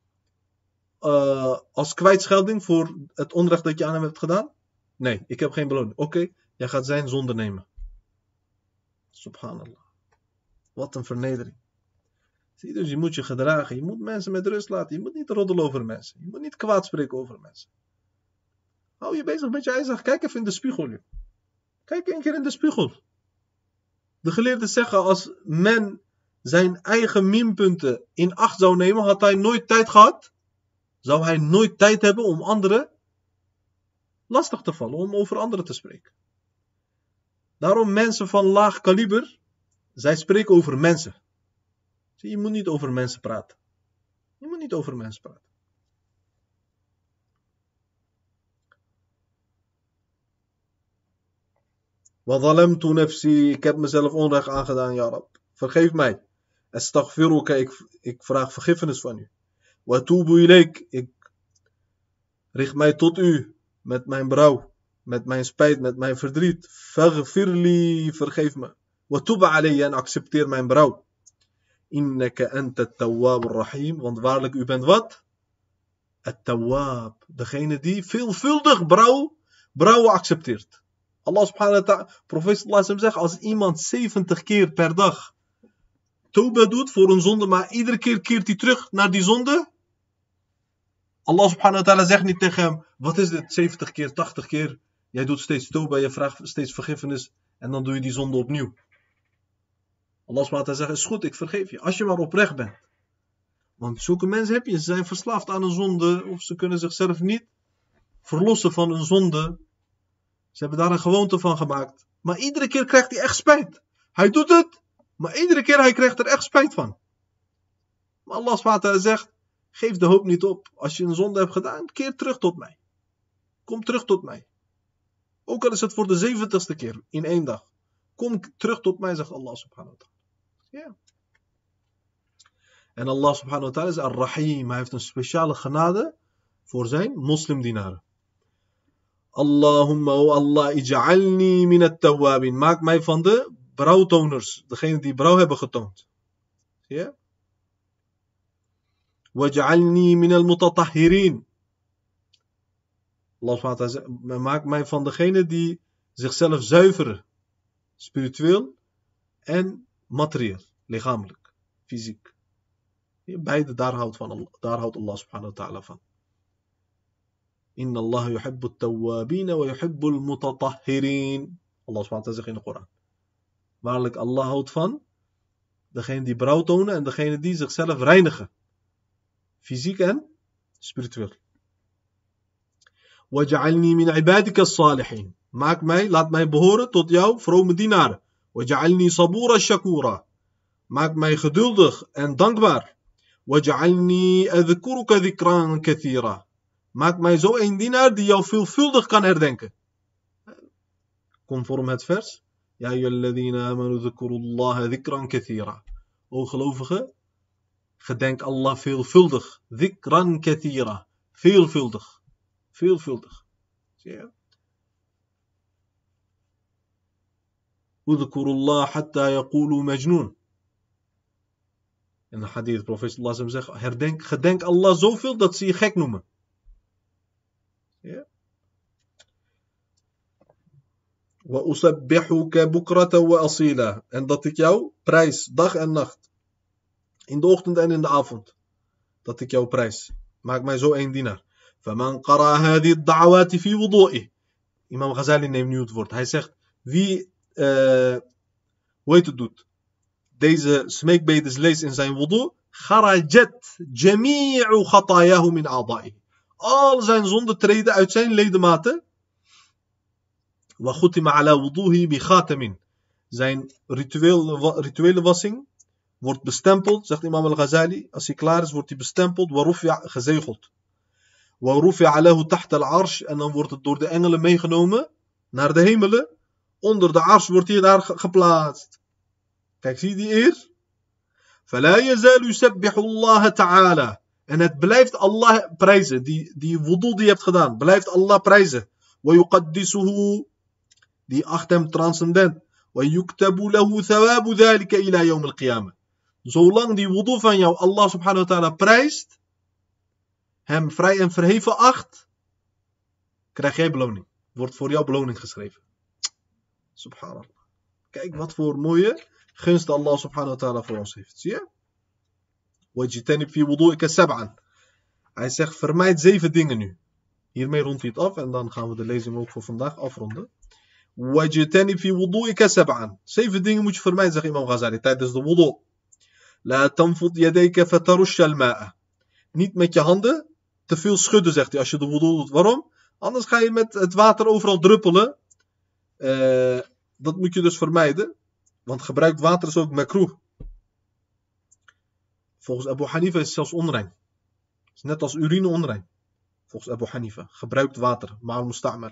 Als kwijtschelding voor het onrecht dat je aan hem hebt gedaan? Nee, ik heb geen beloning. Oké, jij gaat zijn zonde nemen. Subhanallah. Wat een vernedering. Zie je, dus je moet je gedragen. Je moet mensen met rust laten. Je moet niet roddelen over mensen. Je moet niet kwaad spreken over mensen. Hou je bezig met je eigen. Kijk even in de spiegel. Joh. Kijk een keer in de spiegel. De geleerden zeggen, als men zijn eigen minpunten in acht zou nemen, had hij nooit tijd gehad. Zou hij nooit tijd hebben om anderen lastig te vallen, om over anderen te spreken. Daarom mensen van laag kaliber, zij spreken over mensen. Zie, je moet niet over mensen praten. Je moet niet over mensen praten. Wa zalamtu nafsi, ik heb mezelf onrecht aangedaan, ya Rab. Vergeef mij. Astaghfiruka, ik vraag vergiffenis van u. Wa tubu ilayk, ik richt mij tot u met mijn berouw, met mijn spijt, met mijn verdriet. Faghfirli, vergeef me. Wa tub alayya, en accepteer mijn berouw. Innaka anta at-tawwab ar-rahim, want waarlijk u bent wat? At-tawwab, degene die veelvuldig berouw accepteert. Allah subhanahu wa ta'ala, profeet sallallahu alaihi wasallam zegt, als iemand 70 keer per dag tawbah doet voor een zonde, maar iedere keer keert hij terug naar die zonde. Allah subhanahu wa ta'ala zegt niet tegen hem, wat is dit, 70 keer, 80 keer, jij doet steeds tawbah, je vraagt steeds vergiffenis en dan doe je die zonde opnieuw. Allah subhanahu wa ta'ala zegt, is goed, ik vergeef je, als je maar oprecht bent. Want zulke mensen heb je, ze zijn verslaafd aan een zonde, of ze kunnen zichzelf niet verlossen van een zonde. Ze hebben daar een gewoonte van gemaakt. Maar iedere keer krijgt hij echt spijt. Hij doet het, maar iedere keer hij krijgt er echt spijt van. Maar Allah subhanahu wa ta'ala zegt, geef de hoop niet op. Als je een zonde hebt gedaan, keer terug tot mij. Kom terug tot mij. Ook al is het voor de 70ste keer in één dag. Kom terug tot mij, zegt Allah subhanahu wa ta'ala. Ja. En Allah subhanahu wa ta'ala is ar-Rahim. Hij heeft een speciale genade voor zijn moslimdienaren. Allahumma, o Allah, ij'alni min at-tawwabin. Maak mij van de brouwtoners. Degene die brouw hebben getoond. Zie je? Waj'alni min al-mutatahhirin. Allah subhanahu wa ta'ala, maak mij van degene die zichzelf zuiveren. Spiritueel en materieel. Lichamelijk. Fysiek. Beide, daar houdt Allah subhanahu wa ta'ala van. Inna Allah yuhibbu at-tawwabin wa yuhibbu al-mutatahhirin. Allah subhanahu wa ta'ala zegt in de Koran. Waarlijk, Allah houdt van degene die brouw tonen en degene die zichzelf reinigen. Fysiek en spiritueel. Waj'alni min ibadika as-salihin. Maak mij, laat mij behoren tot jouw vrome dienaren. Waj'alni sabura shakura. Maak mij geduldig en dankbaar. Waj'alni adhkuruka dhikran kathira. Maak mij zo een dienaar die jou veelvuldig kan herdenken. Conform het vers. Ja, ayyuhalladhina amanu dhkurullaha dhikran kathira. O gelovigen, gedenk Allah veelvuldig. Dhikran kathira. Veelvuldig. Veelvuldig. Zie je? Udhkurullah hatta yaqulu majnoon. In de hadith, profeet sallallahu alaihi wasallam zegt, gedenk Allah zoveel dat ze je gek noemen. Ja. وَأُسَبِّحُكَ بُكْرَةً وَأَصِيلًا. En dat ik jou prijs, dag en nacht. In de ochtend en in de avond. Dat ik jou prijs. Maak mij zo één dienaar. فَمَنْ قَرَأَ هَذِهِ الدَّعَوَاتِ فِي وُضُوئِهِ. Imam Ghazali neemt nu het woord. Hij zegt, wie, hoe heet het doet, deze smeekbedes leest in zijn wudu, خَرَجَتْ جَمِيعُ خَطَايَاهُ مِنْ أَعْضَائِهِ. Al zijn zonden treden uit zijn ledematen. وَخُتِمَ عَلَى وُضُوهِ بِخَاتَمٍ. Zijn rituele wassing wordt bestempeld, zegt Imam al-Ghazali. Als hij klaar is, wordt hij bestempeld. وَرُفِعَ, gezegeld. وَرُفِعَ لَهُ تَحْتَ الْعَرْشِ. En dan wordt het door de engelen meegenomen naar de hemelen. Onder de ars wordt hij daar geplaatst. Kijk, zie je die eer? فَلَا يَزَالُ يُسَبِّحُ اللَّهَ تَعَالَى. En het blijft Allah prijzen. Die wudu die je hebt gedaan, blijft Allah prijzen. وَيُقَدِّسُهُ. Die acht hem transcendent. وَيُكْتَبُ لَهُ ثَوَابُ ذَلِكَ إِلَى يَوْمِ الْقِيَامَةِ. Zolang die wudu van jou Allah subhanahu wa ta'ala prijst, hem vrij en verheven acht, krijg jij beloning. Wordt voor jou beloning geschreven. Subhanallah. Kijk wat voor mooie gunst Allah subhanahu wa ta'ala voor ons heeft. Zie je? وَاجْتَنِبْ فِي وُضُوئِكَ سَبْعًا. Hij zegt, vermijd 7 dingen nu. Hiermee rondt hij het af en dan gaan we de lezing ook voor vandaag afronden. وَاجْتَنِبْ فِي وُضُوئِكَ سَبْعًا. 7 dingen moet je vermijden, zegt Imam Ghazali, tijdens de wudu. لَا تَنْفُضْ يَدَيْكَ فَتَرُشَّ الْمَاءَ. Niet met je handen te veel schudden, zegt hij, als je de wudu doet. Waarom? Anders ga je met het water overal druppelen. Dat moet je dus vermijden. Want gebruikt water is ook makruh. Volgens Abu Hanifa is het zelfs onrein. Het is net als urine onrein. Volgens Abu Hanifa. Gebruikt water. Ma'al musta'mal.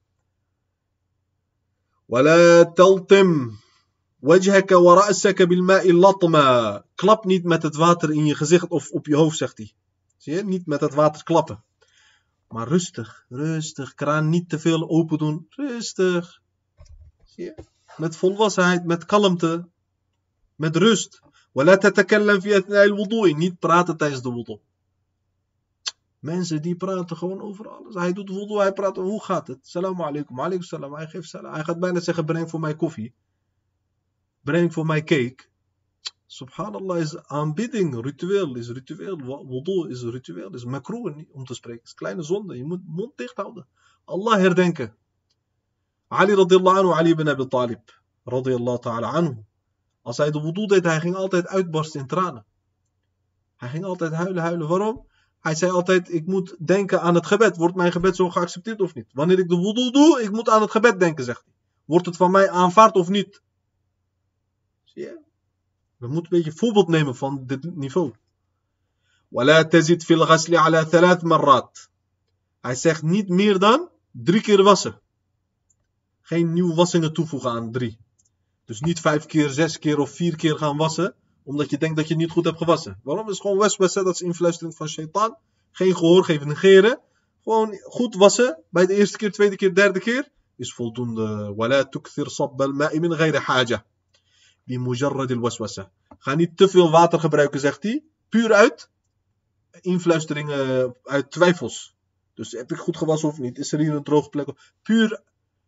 وَلَا تَلْطِمْ وَجْهَكَ وَرَأْسَكَ بِالْمَاءِ اللَّطْمَ. Klap niet met het water in je gezicht of op je hoofd, zegt hij. Zie je? Niet met het water klappen. Maar rustig, rustig. Kraan niet te veel open doen. Rustig. Zie je? Met volwassenheid, met kalmte. Met rust. وَلَا تَتَكَلَّمْ فِي أَثْنَاءِ الْوُضُوءِ. Niet praten tijdens de wudu. Mensen die praten gewoon over alles. Hij doet wudu, hij praat. Hoe gaat het? Salamu alaikum, alaikum salam. Hij geeft salam. Hij gaat bijna zeggen, breng voor mij koffie. Breng voor mij cake. Subhanallah is aanbidding. Ritueel is ritueel. Wudu is ritueel. Is makroeh om te spreken. Is kleine zonde. Je moet mond dicht houden. Allah herdenken. Ali radiyallahu anhu, Ali ibn Abi Talib. Radiyallahu ta'ala anhu. Als hij de wudu deed, hij ging altijd uitbarsten in tranen. Hij ging altijd huilen. Waarom? Hij zei altijd, ik moet denken aan het gebed. Wordt mijn gebed zo geaccepteerd of niet? Wanneer ik de wudu doe, ik moet aan het gebed denken, zegt hij. Wordt het van mij aanvaard of niet? Zie je? We moeten een beetje voorbeeld nemen van dit niveau. وَلَا تَزِدْ فِي الْغَسْلِ عَلَى 3 مرات. Hij zegt niet meer dan 3 keer wassen. Geen nieuwe wassingen toevoegen aan 3. Dus niet 5 keer, 6 keer of 4 keer gaan wassen. Omdat je denkt dat je het niet goed hebt gewassen. Waarom? Dat is gewoon waswassa, dat is influistering van shaitaan. Geen gehoor, geen negeren. Gewoon goed wassen. Bij de eerste keer, tweede keer, derde keer. Is voldoende. وَلَا تُكْثِرْ صَبَّ الْمَاءِ مِنْ غَيْرِ حَاجَةٍ. بِمُجَرَّدِ الْوَسْوَسَةِ. Ga niet te veel water gebruiken, zegt hij. Puur uit influisteringen, uit twijfels. Dus heb ik goed gewassen of niet? Is er hier een droge plek? Puur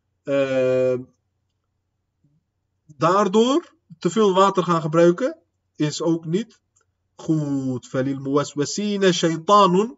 daardoor te veel water gaan gebruiken is ook niet goed. فَلِلْمُوَسْوَسِينَ شَيْطَانٌ.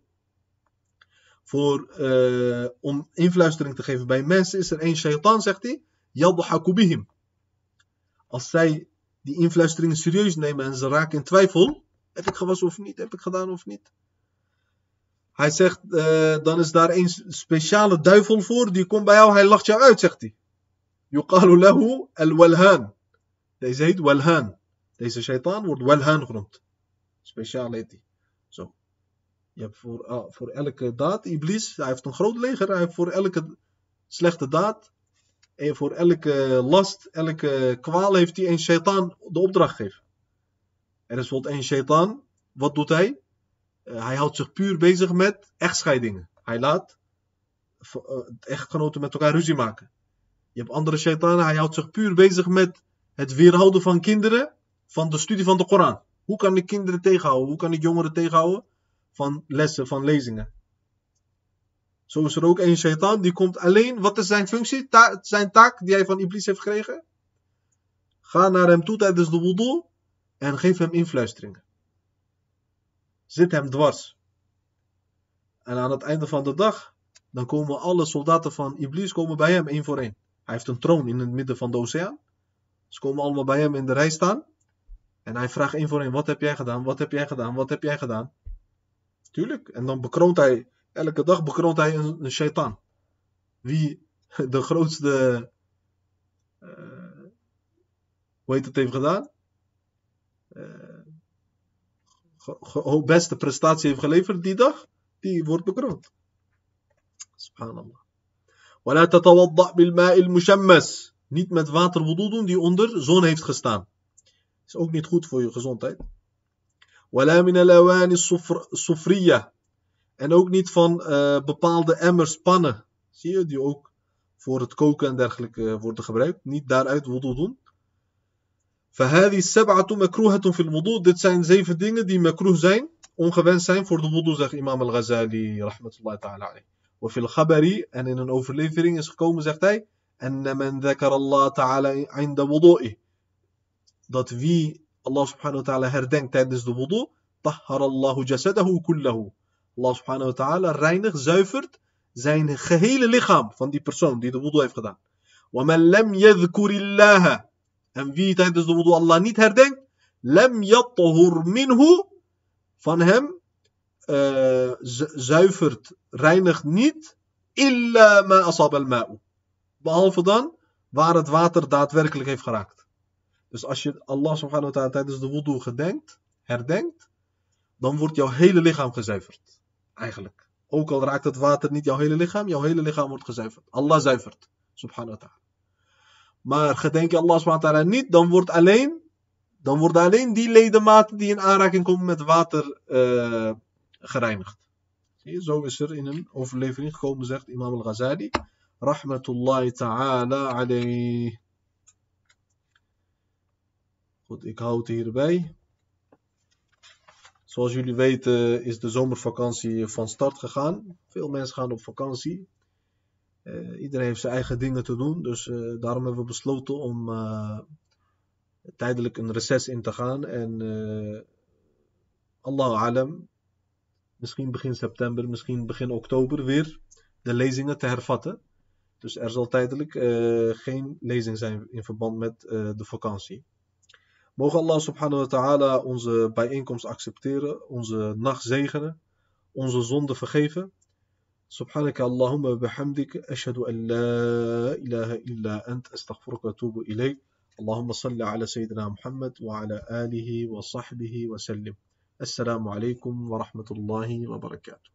Om influistering te geven bij mensen is er één shaitaan, zegt hij. يَضْحَكُ بِهِمْ. Als zij die influisteringen serieus nemen en ze raken in twijfel. Heb ik gewassen of niet? Heb ik gedaan of niet? Hij zegt, dan is daar een speciale duivel voor. Die komt bij jou, hij lacht jou uit, zegt hij. يُقَالُ لَهُ الْوَلْهَانِ. Deze heet Walhaan. Deze shaitaan wordt Walhaan genoemd. Speciaal heet hij. Zo. Je hebt voor elke daad, Iblis, hij heeft een groot leger. Hij heeft voor elke slechte daad, en voor elke last, elke kwaal heeft hij een shaitaan de opdracht gegeven. Er is bijvoorbeeld een shaitaan. Wat doet hij? Hij houdt zich puur bezig met echtscheidingen. Hij laat echtgenoten met elkaar ruzie maken. Je hebt andere shaitanen, hij houdt zich puur bezig met het weerhouden van kinderen van de studie van de Koran. Hoe kan ik kinderen tegenhouden? Hoe kan ik jongeren tegenhouden van lessen, van lezingen? Zo is er ook één shaitaan, die komt alleen, wat is zijn functie, zijn taak die hij van Iblis heeft gekregen? Ga naar hem toe tijdens de wudu en geef hem influisteringen. Zit hem dwars. En aan het einde van de dag, dan komen alle soldaten van Iblis komen bij hem één voor één. Hij heeft een troon in het midden van de oceaan. Ze komen allemaal bij hem in de rij staan. En hij vraagt één voor één, wat heb jij gedaan, wat heb jij gedaan, wat heb jij gedaan? Tuurlijk. En dan bekroont hij, elke dag bekroont hij een shaitaan. Wie de grootste, hoe heet het, heeft gedaan? Beste prestatie heeft geleverd die dag, die wordt bekroond. Subhanallah. وَلَا تَتَوَضَّأْ بِالْمَاءِ الْمُشَمَّسِ. Niet met water wudu doen die onder zon heeft gestaan. Is ook niet goed voor je gezondheid. وَلَا مِنَ الْأَوَانِ الصُّفْرِيَّةِ. En ook niet van bepaalde emmers, pannen. Zie je, die ook voor het koken en dergelijke worden gebruikt. Niet daaruit wudu doen. فَهَذِي السَّبْعَةُ مَكْرُوهَةٌ فِي الْوُضُوء. Dit zijn 7 dingen die makruh zijn, ongewenst zijn voor de wudu, zegt imam al-Ghazali, rahmatullahi ta'ala alayhi. وفي الخبر, en in een overlevering is gekomen, zegt hij, أن من ذكر الله تعالى عند وضوئه. Dat wie Allah subhanahu wa ta'ala herdenkt tijdens de wudu, طهر الله جسده كله. Allah subhanahu wa ta'ala reinigt, zuivert zijn gehele lichaam van die persoon die de wudu heeft gedaan. ومن لم يذكر الله. En wie tijdens de wudu Allah niet herdenkt, لم يطهر منه. Van hem zuivert, reinigt niet, illa ma asab al-ma'u. Behalve dan waar het water daadwerkelijk heeft geraakt. Dus als je Allah subhanahu wa ta'ala tijdens de wudu herdenkt, dan wordt jouw hele lichaam gezuiverd. Eigenlijk. Ook al raakt het water niet jouw hele lichaam wordt gezuiverd. Allah zuivert, subhanahu wa ta'ala. Maar gedenk je Allah subhanahu wa ta'ala niet, dan worden alleen die ledematen die in aanraking komen met water gereinigd. Zie je, zo is er in een overlevering gekomen, zegt imam al-Ghazali, rahmatullahi ta'ala alayhi. Goed, ik hou het hierbij. Zoals jullie weten is de zomervakantie van start gegaan. Veel mensen gaan op vakantie. Iedereen heeft zijn eigen dingen te doen. Dus daarom hebben we besloten om tijdelijk een reces in te gaan. En Allahu alam, misschien begin september, misschien begin oktober weer de lezingen te hervatten. Dus er zal tijdelijk geen lezing zijn in verband met de vakantie. Mogen Allah subhanahu wa ta'ala onze bijeenkomst accepteren, onze nacht zegenen, onze zonden vergeven. Subhanaka Allahumma bihamdik, ashhadu an la ilaha illa ant, astaghfiruka wa atubu ilayk. Allahumma salli ala Sayyidina Muhammad wa ala alihi wa sahbihi wa sallim. Assalamu alaikum wa rahmatullahi wa barakatuh.